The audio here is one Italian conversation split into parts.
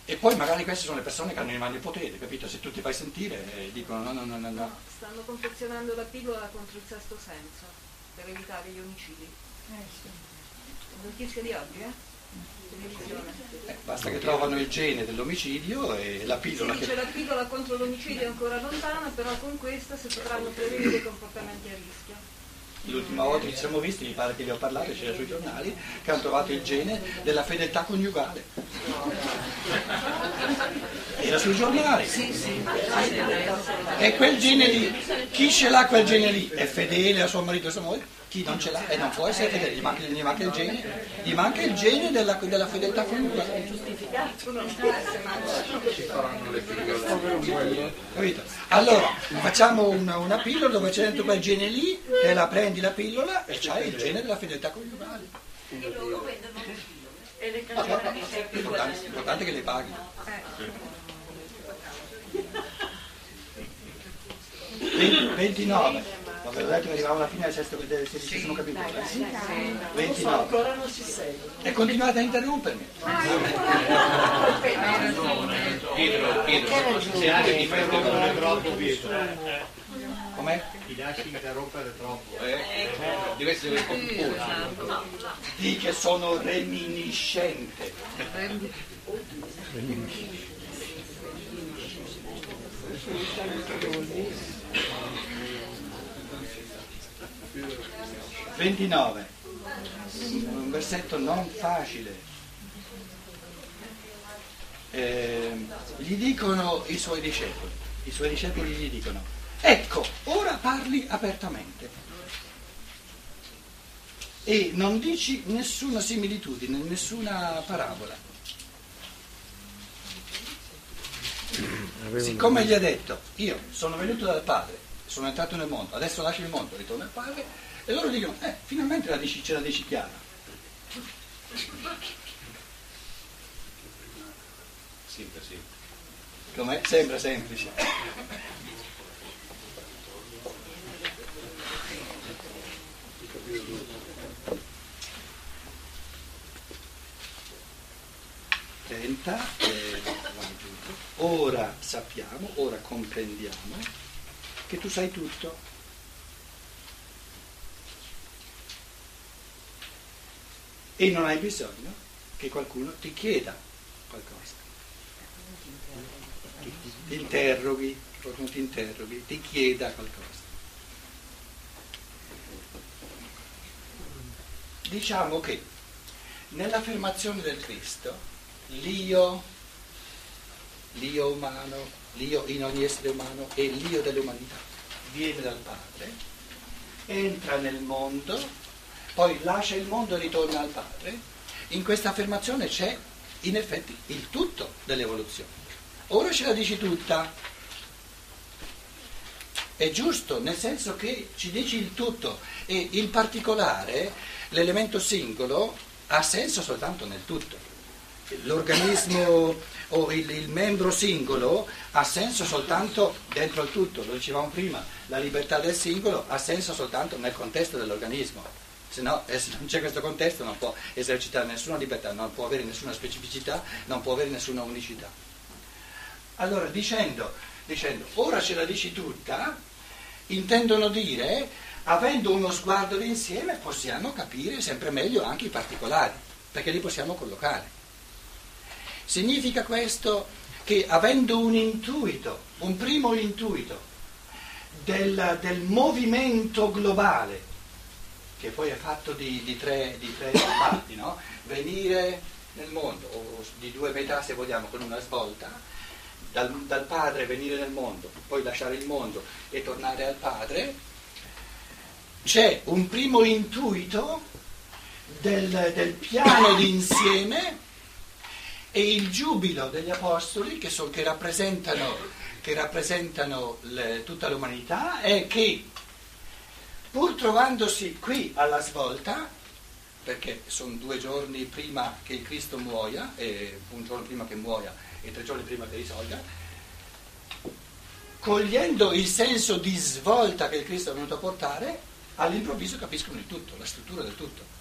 E poi magari queste sono le persone che hanno in mano il potere, capito? Se tu ti fai sentire dicono no. No, stanno confezionando la pillola contro il sesto senso, per evitare gli omicidi. Sì. Notizia di oggi, televisione. Basta che trovano il gene dell'omicidio e la pillola Si dice la pillola contro l'omicidio è ancora lontana, però con questa si potranno prevenire i comportamenti a rischio. L'ultima volta che ci siamo visti, mi pare che vi ho parlato, c'era sui giornali, che hanno trovato il gene della fedeltà coniugale. Era sui giornali. E quel gene lì, chi ce l'ha quel gene lì? È fedele a suo marito e a sua moglie? Chi non ce l'ha e non può essere fedele, gli manca il gene della fedeltà coniugale. Capito? Allora, facciamo una pillola dove c'è dentro quel gene lì, te la prendi la pillola e c'hai il gene della fedeltà coniugale. E loro vendono le pillole e le L'importante è che le paghi. 29. Avevo detto che arrivavamo alla fine del XVI capitolo. 29. Ancora non si segue. E continuate a interrompermi. Pietro, se anche ti fai interrompere troppo, Pietro. Com'è? Ti lasci interrompere troppo, Deve essere composto. Di che sono reminiscente. (29) un versetto non facile. Gli dicono i suoi discepoli gli dicono: ecco, ora parli apertamente e non dici nessuna similitudine, nessuna parabola. Siccome gli ha detto: io sono venuto dal Padre, sono entrato nel mondo, adesso lascio il mondo, ritorno al Padre, e loro dicono: finalmente ce la dici chiara. Sì. Com'è? Sembra semplice. Tenta, ora sappiamo, ora comprendiamo che tu sai tutto. E non hai bisogno che qualcuno ti chieda qualcosa. Ti interroghi, qualcuno ti interroghi, ti chieda qualcosa. Diciamo che nell'affermazione del Cristo l'io umano, l'io in ogni essere umano e l'io dell'umanità viene dal Padre, entra nel mondo, poi lascia il mondo e ritorna al Padre. In questa affermazione c'è in effetti il tutto dell'evoluzione. Ora ce la dici tutta. È giusto, nel senso che ci dici il tutto, e in particolare l'elemento singolo ha senso soltanto nel tutto. L'organismo o il membro singolo ha senso soltanto dentro il tutto, lo dicevamo prima, la libertà del singolo ha senso soltanto nel contesto dell'organismo, se no se non c'è questo contesto non può esercitare nessuna libertà, non può avere nessuna specificità, non può avere nessuna unicità. Allora dicendo ora ce la dici tutta, intendono dire, avendo uno sguardo d'insieme possiamo capire sempre meglio anche i particolari, perché li possiamo collocare. Significa questo che avendo un intuito, un primo intuito del movimento globale, che poi è fatto di tre parti, no? Venire nel mondo, o di due metà se vogliamo, con una svolta, dal Padre venire nel mondo, poi lasciare il mondo e tornare al Padre, c'è un primo intuito del piano d'insieme e il giubilo degli Apostoli che rappresentano tutta l'umanità è che, pur trovandosi qui alla svolta, perché sono 2 giorni prima che il Cristo muoia, e un giorno prima che muoia e 3 giorni prima che risorga, cogliendo il senso di svolta che il Cristo è venuto a portare, all'improvviso capiscono il tutto, la struttura del tutto.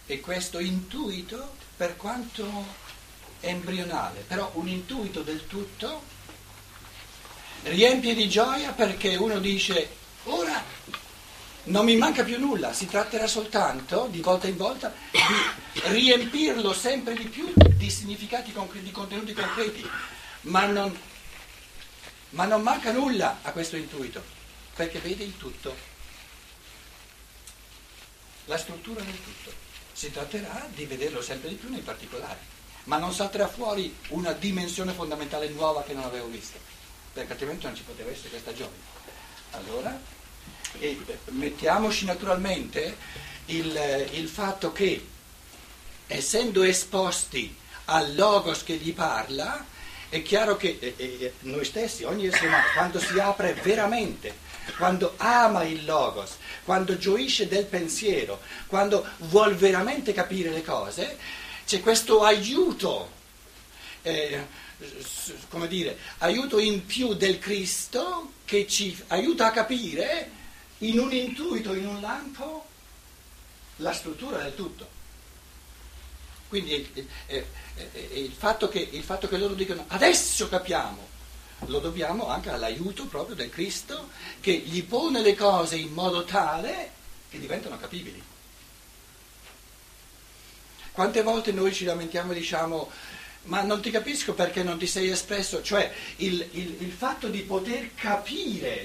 E questo intuito, per quanto embrionale, però un intuito del tutto, riempie di gioia perché uno dice: ora non mi manca più nulla, si tratterà soltanto, di volta in volta, di riempirlo sempre di più di significati concreti, di contenuti concreti, ma non manca nulla a questo intuito, perché vede il tutto, la struttura del tutto. Si tratterà di vederlo sempre di più nei particolari, ma non salterà fuori una dimensione fondamentale nuova che non avevo visto, perché altrimenti non ci poteva essere questa gioia. Allora, e mettiamoci naturalmente il fatto che, essendo esposti al logos che gli parla, è chiaro che noi stessi, ogni essere umano, quando si apre veramente, quando ama il logos, quando gioisce del pensiero, quando vuol veramente capire le cose, c'è questo aiuto, come dire, aiuto in più del Cristo che ci aiuta a capire in un intuito, in un lampo, la struttura del tutto. Quindi il fatto che loro dicono adesso capiamo, lo dobbiamo anche all'aiuto proprio del Cristo che gli pone le cose in modo tale che diventano capibili. Quante volte noi ci lamentiamo e diciamo: ma non ti capisco perché non ti sei espresso, cioè il fatto di poter capire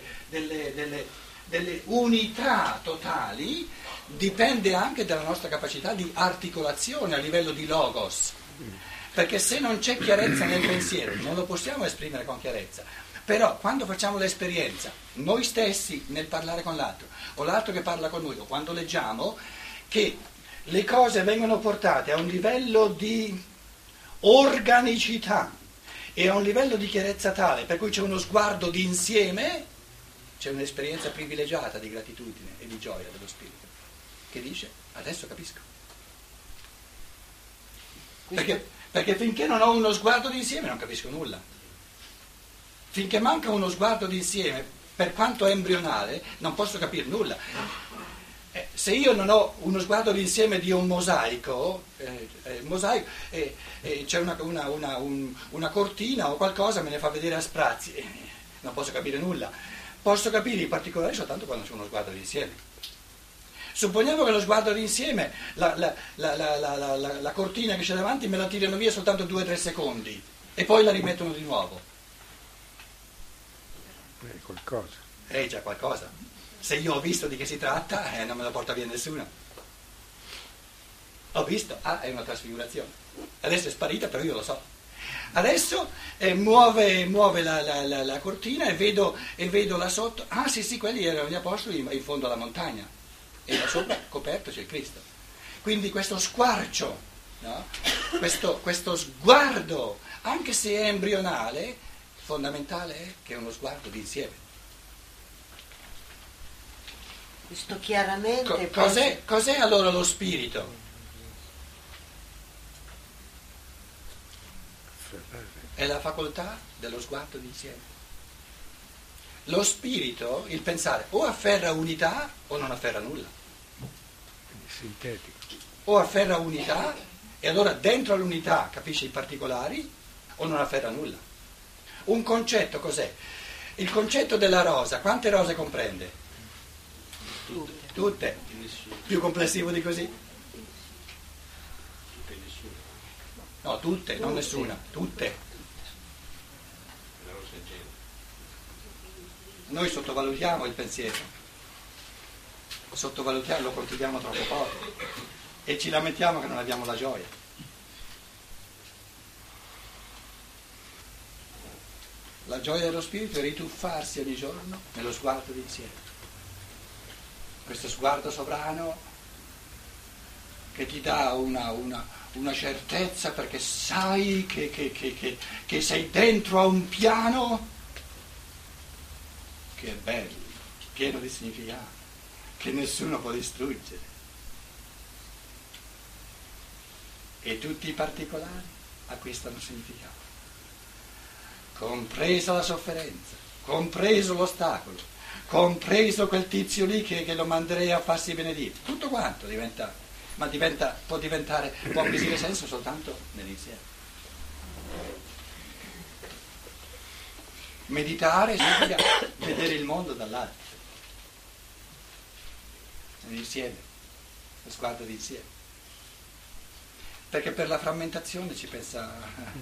delle unità totali dipende anche dalla nostra capacità di articolazione a livello di logos, perché se non c'è chiarezza nel pensiero non lo possiamo esprimere con chiarezza. Però quando facciamo l'esperienza, noi stessi nel parlare con l'altro, o l'altro che parla con noi, o quando leggiamo, che le cose vengono portate a un livello di organicità e a un livello di chiarezza tale per cui c'è uno sguardo d'insieme, c'è un'esperienza privilegiata di gratitudine e di gioia dello spirito che dice: adesso capisco. Perché finché non ho uno sguardo d'insieme non capisco nulla. Finché manca uno sguardo d'insieme, per quanto embrionale, non posso capire nulla. Se io non ho uno sguardo d'insieme di un mosaico, c'è una cortina o qualcosa, me ne fa vedere a sprazzi, non posso capire nulla. Posso capire i particolari soltanto quando c'è uno sguardo d'insieme. Supponiamo che lo sguardo d'insieme, la cortina che c'è davanti me la tirano via soltanto 2 o 3 secondi e poi la rimettono di nuovo. Qualcosa. Già qualcosa. Se io ho visto di che si tratta, non me la porta via nessuno. Ho visto, è una trasfigurazione. Adesso è sparita, però io lo so. Adesso muove la cortina e vedo là sotto. Sì, quelli erano gli apostoli in fondo alla montagna. E là sopra coperto c'è il Cristo. Quindi questo squarcio, no? questo sguardo, anche se è embrionale, fondamentale è che è uno sguardo d'insieme. Questo chiaramente. Cos'è allora lo spirito? È la facoltà dello sguardo d'insieme. Lo spirito, il pensare, o afferra unità o non afferra nulla. Sintetico. O afferra unità e allora dentro all'unità capisce i particolari o non afferra nulla. Un concetto cos'è? Il concetto della rosa, quante rose comprende? Tutte. Più complessivo di così? No, tutte, non nessuna, tutte. Noi sottovalutiamo il pensiero, lo coltiviamo troppo poco e ci lamentiamo che non abbiamo la gioia. La gioia dello spirito è rituffarsi ogni giorno nello sguardo d'insieme. Questo sguardo sovrano che ti dà una certezza perché sai che sei dentro a un piano che è bello, pieno di significato, che nessuno può distruggere. E tutti i particolari acquistano significato, compresa la sofferenza, compreso l'ostacolo, compreso quel tizio lì che lo manderei a farsi benedire, tutto quanto diventa ma può acquisire senso soltanto nell'insieme. Meditare significa vedere il mondo dall'alto, nell'insieme, lo sguardo d'insieme. Perché per la frammentazione ci pensa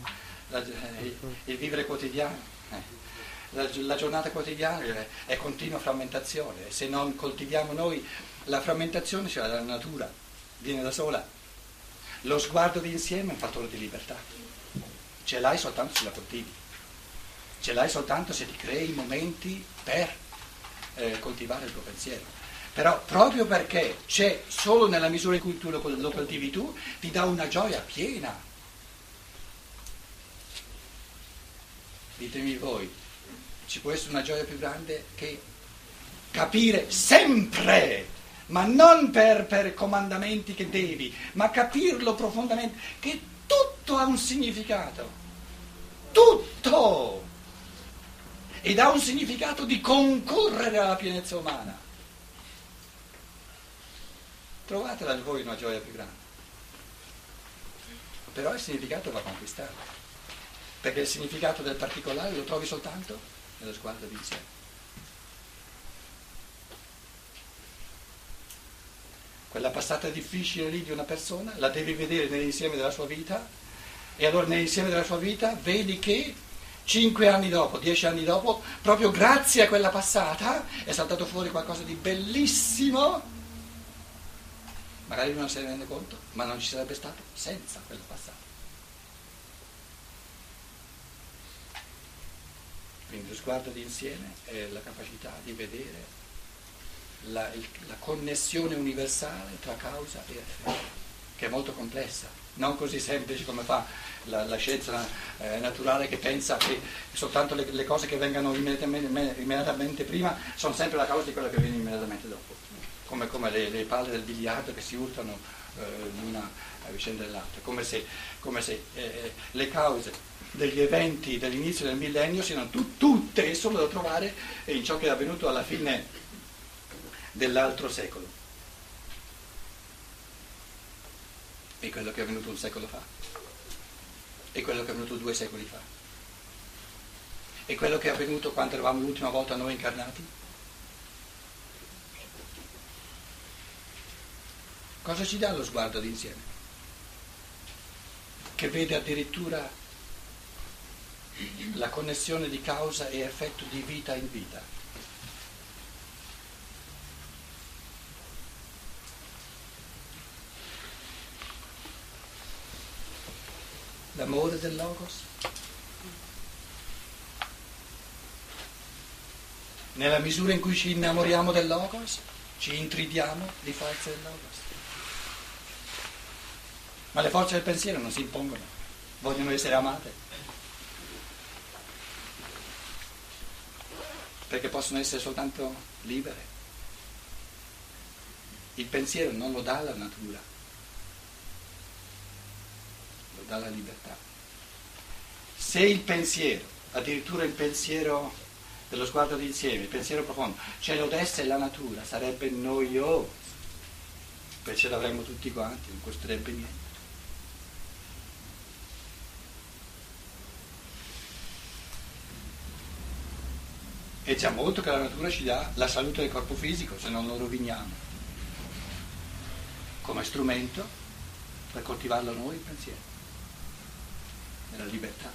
il vivere quotidiano, la giornata quotidiana è continua frammentazione, se non coltiviamo noi la frammentazione ce l'ha la natura, viene da sola. Lo sguardo d'insieme è un fattore di libertà, ce l'hai soltanto se la coltivi. Ce l'hai soltanto se ti crei momenti per coltivare il tuo pensiero. Però proprio perché c'è solo nella misura in cui tu lo coltivi tu, ti dà una gioia piena. Ditemi voi, ci può essere una gioia più grande che capire sempre, ma non per comandamenti che devi, ma capirlo profondamente, che tutto ha un significato. Tutto! Ed ha un significato di concorrere alla pienezza umana. Trovatela voi una gioia più grande. Però il significato va conquistato, perché il significato del particolare lo trovi soltanto nello sguardo d'insieme. Quella passata difficile lì di una persona la devi vedere nell'insieme della sua vita, e allora nell'insieme della sua vita vedi che 5 anni dopo, 10 anni dopo, proprio grazie a quella passata è saltato fuori qualcosa di bellissimo. Magari non se ne rende conto, ma non ci sarebbe stato senza quella passata. Quindi lo sguardo d'insieme è la capacità di vedere la connessione universale tra causa e effetto, che è molto complessa, non così semplice come fa la scienza naturale, che pensa che soltanto le cose che vengano immediatamente prima sono sempre la causa di quello che viene immediatamente dopo, come le palle del biliardo che si urtano l'una a vicenda dell'altra, come se le cause degli eventi dell'inizio del millennio siano tutte solo da trovare in ciò che è avvenuto alla fine dell'altro secolo e quello che è avvenuto un secolo fa e quello che è avvenuto 2 secoli fa e quello che è avvenuto quando eravamo l'ultima volta noi incarnati. Cosa ci dà lo sguardo d'insieme? Che vede addirittura la connessione di causa e effetto di vita in vita. L'amore del Logos. Nella misura in cui ci innamoriamo del Logos, ci intridiamo di forze del Logos. Ma le forze del pensiero non si impongono, vogliono essere amate, perché possono essere soltanto libere. Il pensiero non lo dà la natura, lo dà la libertà. Se il pensiero, addirittura il pensiero dello sguardo d'insieme, il pensiero profondo, ce lo desse la natura, sarebbe noioso, perché ce l'avremmo tutti quanti, non costerebbe niente. E già molto che la natura ci dà la salute del corpo fisico, se non lo roviniamo, come strumento per coltivarlo noi il pensiero, nella libertà.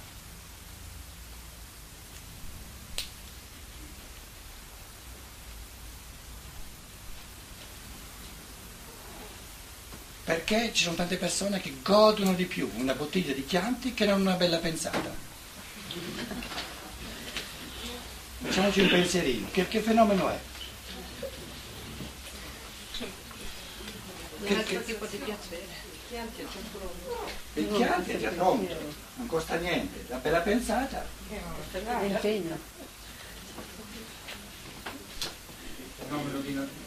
Perché ci sono tante persone che godono di più una bottiglia di Chianti che non una bella pensata. Facciamoci un pensierino, che fenomeno è? Un altro tipo di piacere. Il Chianti è già pronto, non costa niente, la bella pensata. Impegno. Fenomeno di natura.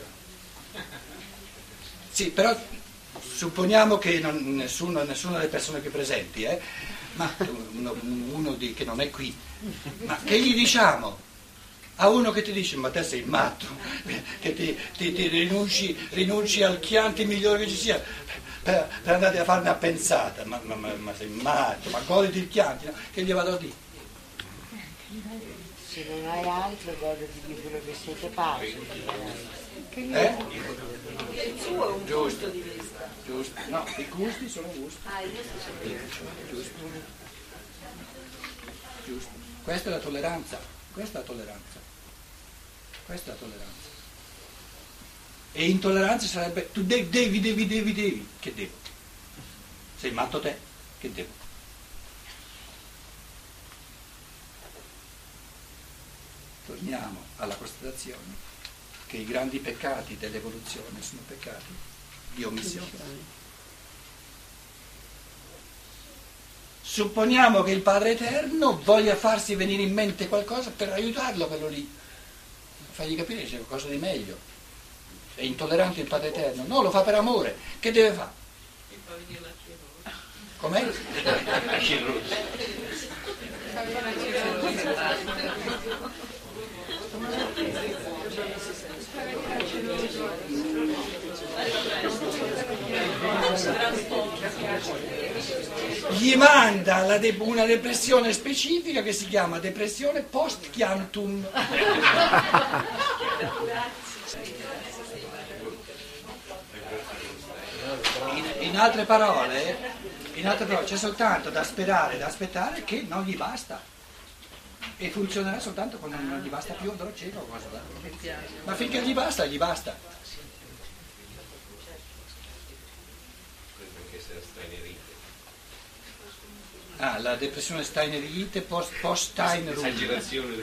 Sì, però supponiamo che nessuna delle persone qui presenti, ma uno che non è qui, ma che gli diciamo? A uno che ti dice, ma te sei matto, che ti rinunci al Chianti migliore che ci sia, per andare a fare una pensata, ma sei matto, ma goditi il Chianti, no? Che gli vado a dire? Se non hai altro, goditi di quello che siete pazzi. Il suo è un Giusto. punto di vista. Giusto, no, i gusti sono gusti. I gusti sono Giusto. Giusto. Questa è la tolleranza, questa è la tolleranza. Questa è la tolleranza. E intolleranza sarebbe tu devi. Che devo? Sei matto te? Che devo? Torniamo alla constatazione che i grandi peccati dell'evoluzione sono peccati di omissione. Supponiamo che il Padre Eterno voglia farsi venire in mente qualcosa per aiutarlo quello lì, fargli capire che c'è qualcosa di meglio. È intollerante il Padre Eterno? No, lo fa per amore. Che deve fare? Com'è? La cirrosi. Gli manda una depressione specifica che si chiama depressione post-chiantum. In altre parole c'è soltanto da sperare, da aspettare che non gli basta. E funzionerà soltanto quando non gli basta più, andrà cieco o cosa da. Ma finché gli basta, gli basta. Ah, la depressione steinerite post-Steinruck. Esagerazione.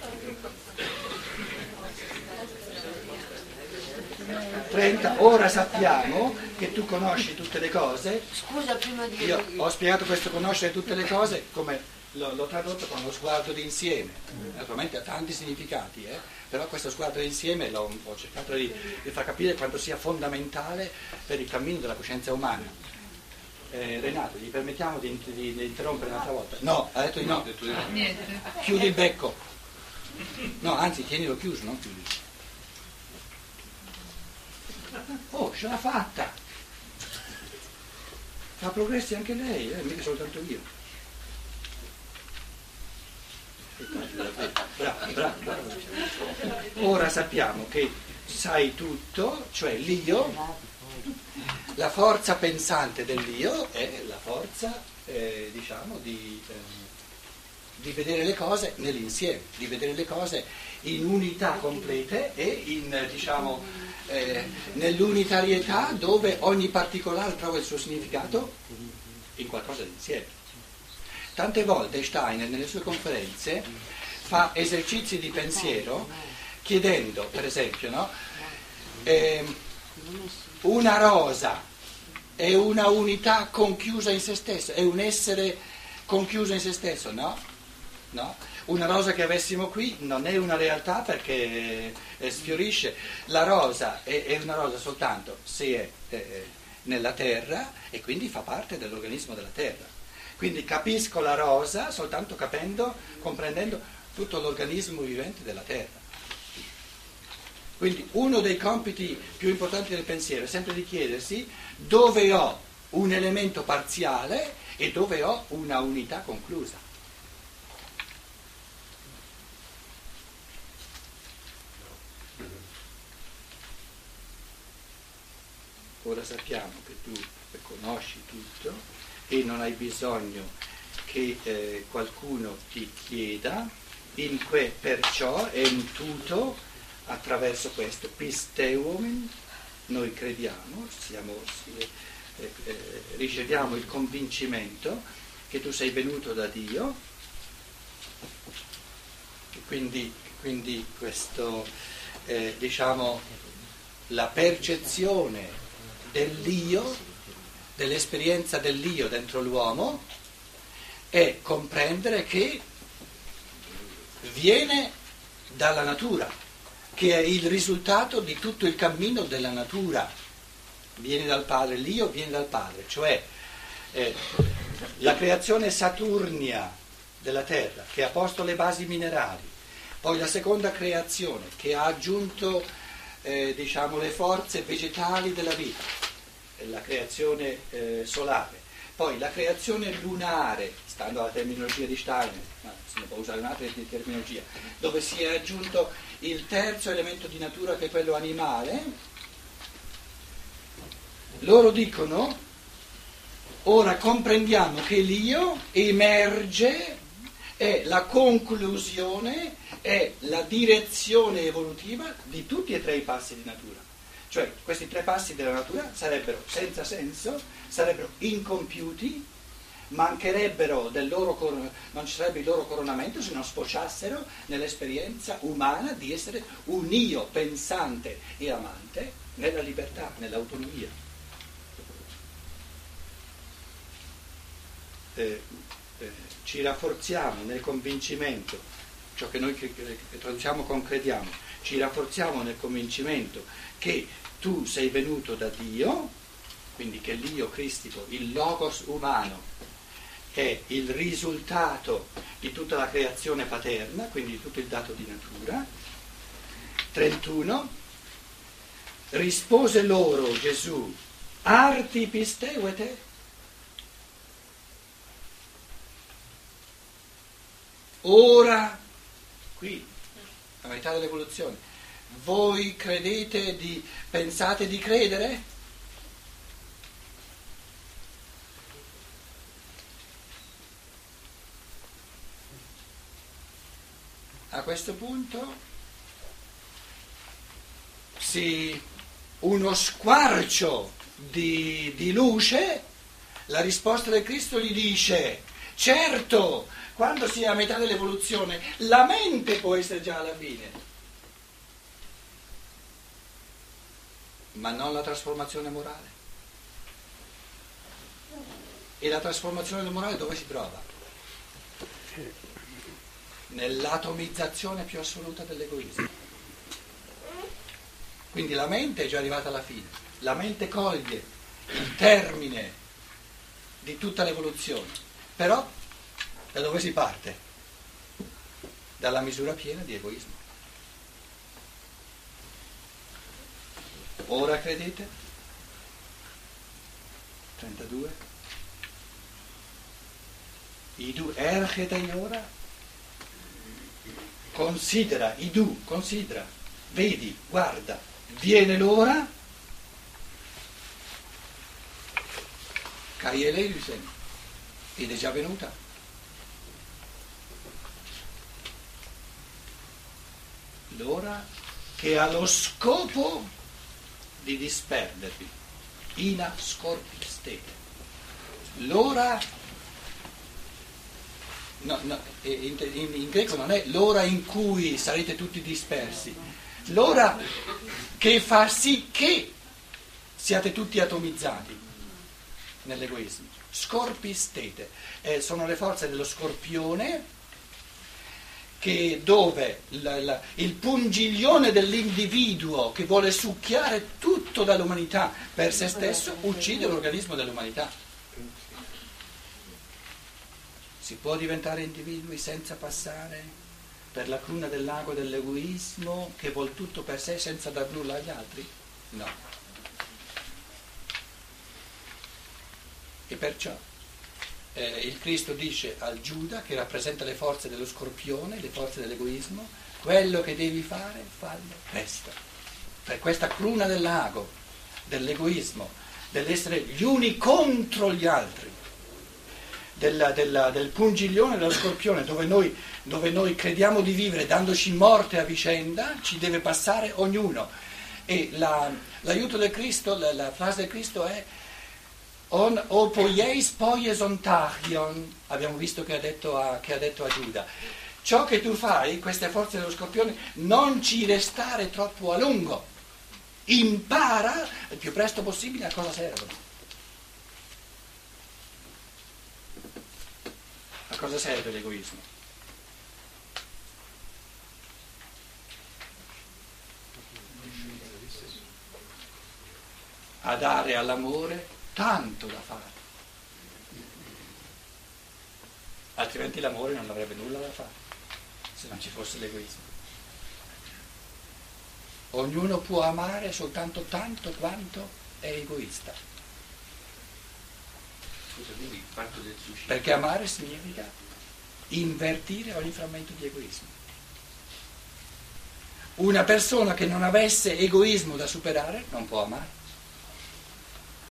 30, ora sappiamo che tu conosci tutte le cose. Scusa, prima di... Io ho spiegato questo conoscere tutte le cose come l'ho tradotto con lo sguardo d'insieme. Naturalmente ha tanti significati, però questo sguardo d'insieme ho cercato di far capire quanto sia fondamentale per il cammino della coscienza umana. Renato, gli permettiamo di interrompere un'altra volta? No, ha detto di no. Chiudi il becco. No, anzi, tienilo chiuso, non chiudi. Oh, ce l'ha fatta! Fa progressi anche lei, mica soltanto io. Bravo. Ora sappiamo che sai tutto, cioè l'io, la forza pensante dell'io è la forza, di vedere le cose nell'insieme, di vedere le cose in unità complete e nell'unitarietà dove ogni particolare trova il suo significato in qualcosa d'insieme. Tante volte Steiner nelle sue conferenze fa esercizi di pensiero chiedendo, per esempio, una rosa è una unità conchiusa in se stesso, è un essere conchiuso in se stesso, no? Una rosa che avessimo qui non è una realtà perché sfiorisce. La rosa è una rosa soltanto se è nella terra e quindi fa parte dell'organismo della terra. Quindi capisco la rosa soltanto comprendendo tutto l'organismo vivente della terra. Quindi uno dei compiti più importanti del pensiero è sempre di chiedersi dove ho un elemento parziale e dove ho una unità conclusa. Ora sappiamo che tu conosci tutto e non hai bisogno che qualcuno ti chieda, perciò è un tutto attraverso questo pisteuomen, noi crediamo, riceviamo il convincimento che tu sei venuto da Dio, e quindi questo, la percezione dell'io, dell'esperienza dell'io dentro l'uomo, è comprendere che viene dalla natura, che è il risultato di tutto il cammino della natura, viene dal Padre, l'io viene dal Padre, cioè la creazione saturnia della terra che ha posto le basi minerali, poi la seconda creazione che ha aggiunto le forze vegetali della vita, la creazione solare, poi la creazione lunare, stando alla terminologia di Steiner, ma se ne può usare un'altra terminologia, dove si è aggiunto il terzo elemento di natura che è quello animale. Loro dicono: ora comprendiamo che l'io emerge, è la conclusione, è la direzione evolutiva di tutti e tre i passi di natura. Cioè questi tre passi della natura sarebbero senza senso, sarebbero incompiuti, mancherebbero non ci sarebbe il loro coronamento se non sfociassero nell'esperienza umana di essere un io pensante e amante nella libertà, nell'autonomia. Ci rafforziamo nel convincimento, ciò che noi traduciamo con crediamo, ci rafforziamo nel convincimento che tu sei venuto da Dio, quindi che l'io cristico, il logos umano, è il risultato di tutta la creazione paterna, quindi di tutto il dato di natura. 31. Rispose loro Gesù: arti pisteuete? Ora, qui, la metà dell'evoluzione, voi pensate di credere? A questo punto uno squarcio di luce, la risposta del Cristo gli dice: certo, quando si è a metà dell'evoluzione, la mente può essere già alla fine, ma non la trasformazione morale. E la trasformazione morale dove si trova? Nell'atomizzazione più assoluta dell'egoismo. Quindi la mente è già arrivata alla fine, la mente coglie il termine di tutta l'evoluzione, però da dove si parte? Dalla misura piena di egoismo. Ora credete? 32. Idu ergete ora? Considera, vedi, guarda, viene l'ora, Kaieleusen, ed è già venuta. L'ora che ha lo scopo di disperdervi, ina scorpistete. L'ora, in greco non è l'ora in cui sarete tutti dispersi, l'ora che fa sì che siate tutti atomizzati nell'egoismo. Scorpistete, sono le forze dello scorpione, che dove il pungiglione dell'individuo che vuole succhiare tutto dall'umanità per se stesso uccide l'organismo dell'umanità. Si può diventare individui senza passare per la cruna del lago dell'egoismo che vuol tutto per sé senza dar nulla agli altri? No. E perciò il Cristo dice al Giuda, che rappresenta le forze dello scorpione, le forze dell'egoismo: quello che devi fare, fallo presto. Per questa cruna del lago dell'egoismo, dell'essere gli uni contro gli altri, del pungiglione dello scorpione, dove noi crediamo di vivere dandoci morte a vicenda, ci deve passare ognuno. E l'aiuto del Cristo, la frase del Cristo è: on opoieis poies ontachion. Abbiamo visto che ha detto a Giuda: ciò che tu fai, queste forze dello scorpione, non ci restare troppo a lungo, impara il più presto possibile a cosa servono. A cosa serve l'egoismo? A dare all'amore tanto da fare, altrimenti l'amore non avrebbe nulla da fare se non ci fosse l'egoismo. Ognuno può amare soltanto tanto quanto è egoista. Scusa, quindi parto del suicidio. Perché amare significa invertire ogni frammento di egoismo. Una persona che non avesse egoismo da superare non può amare.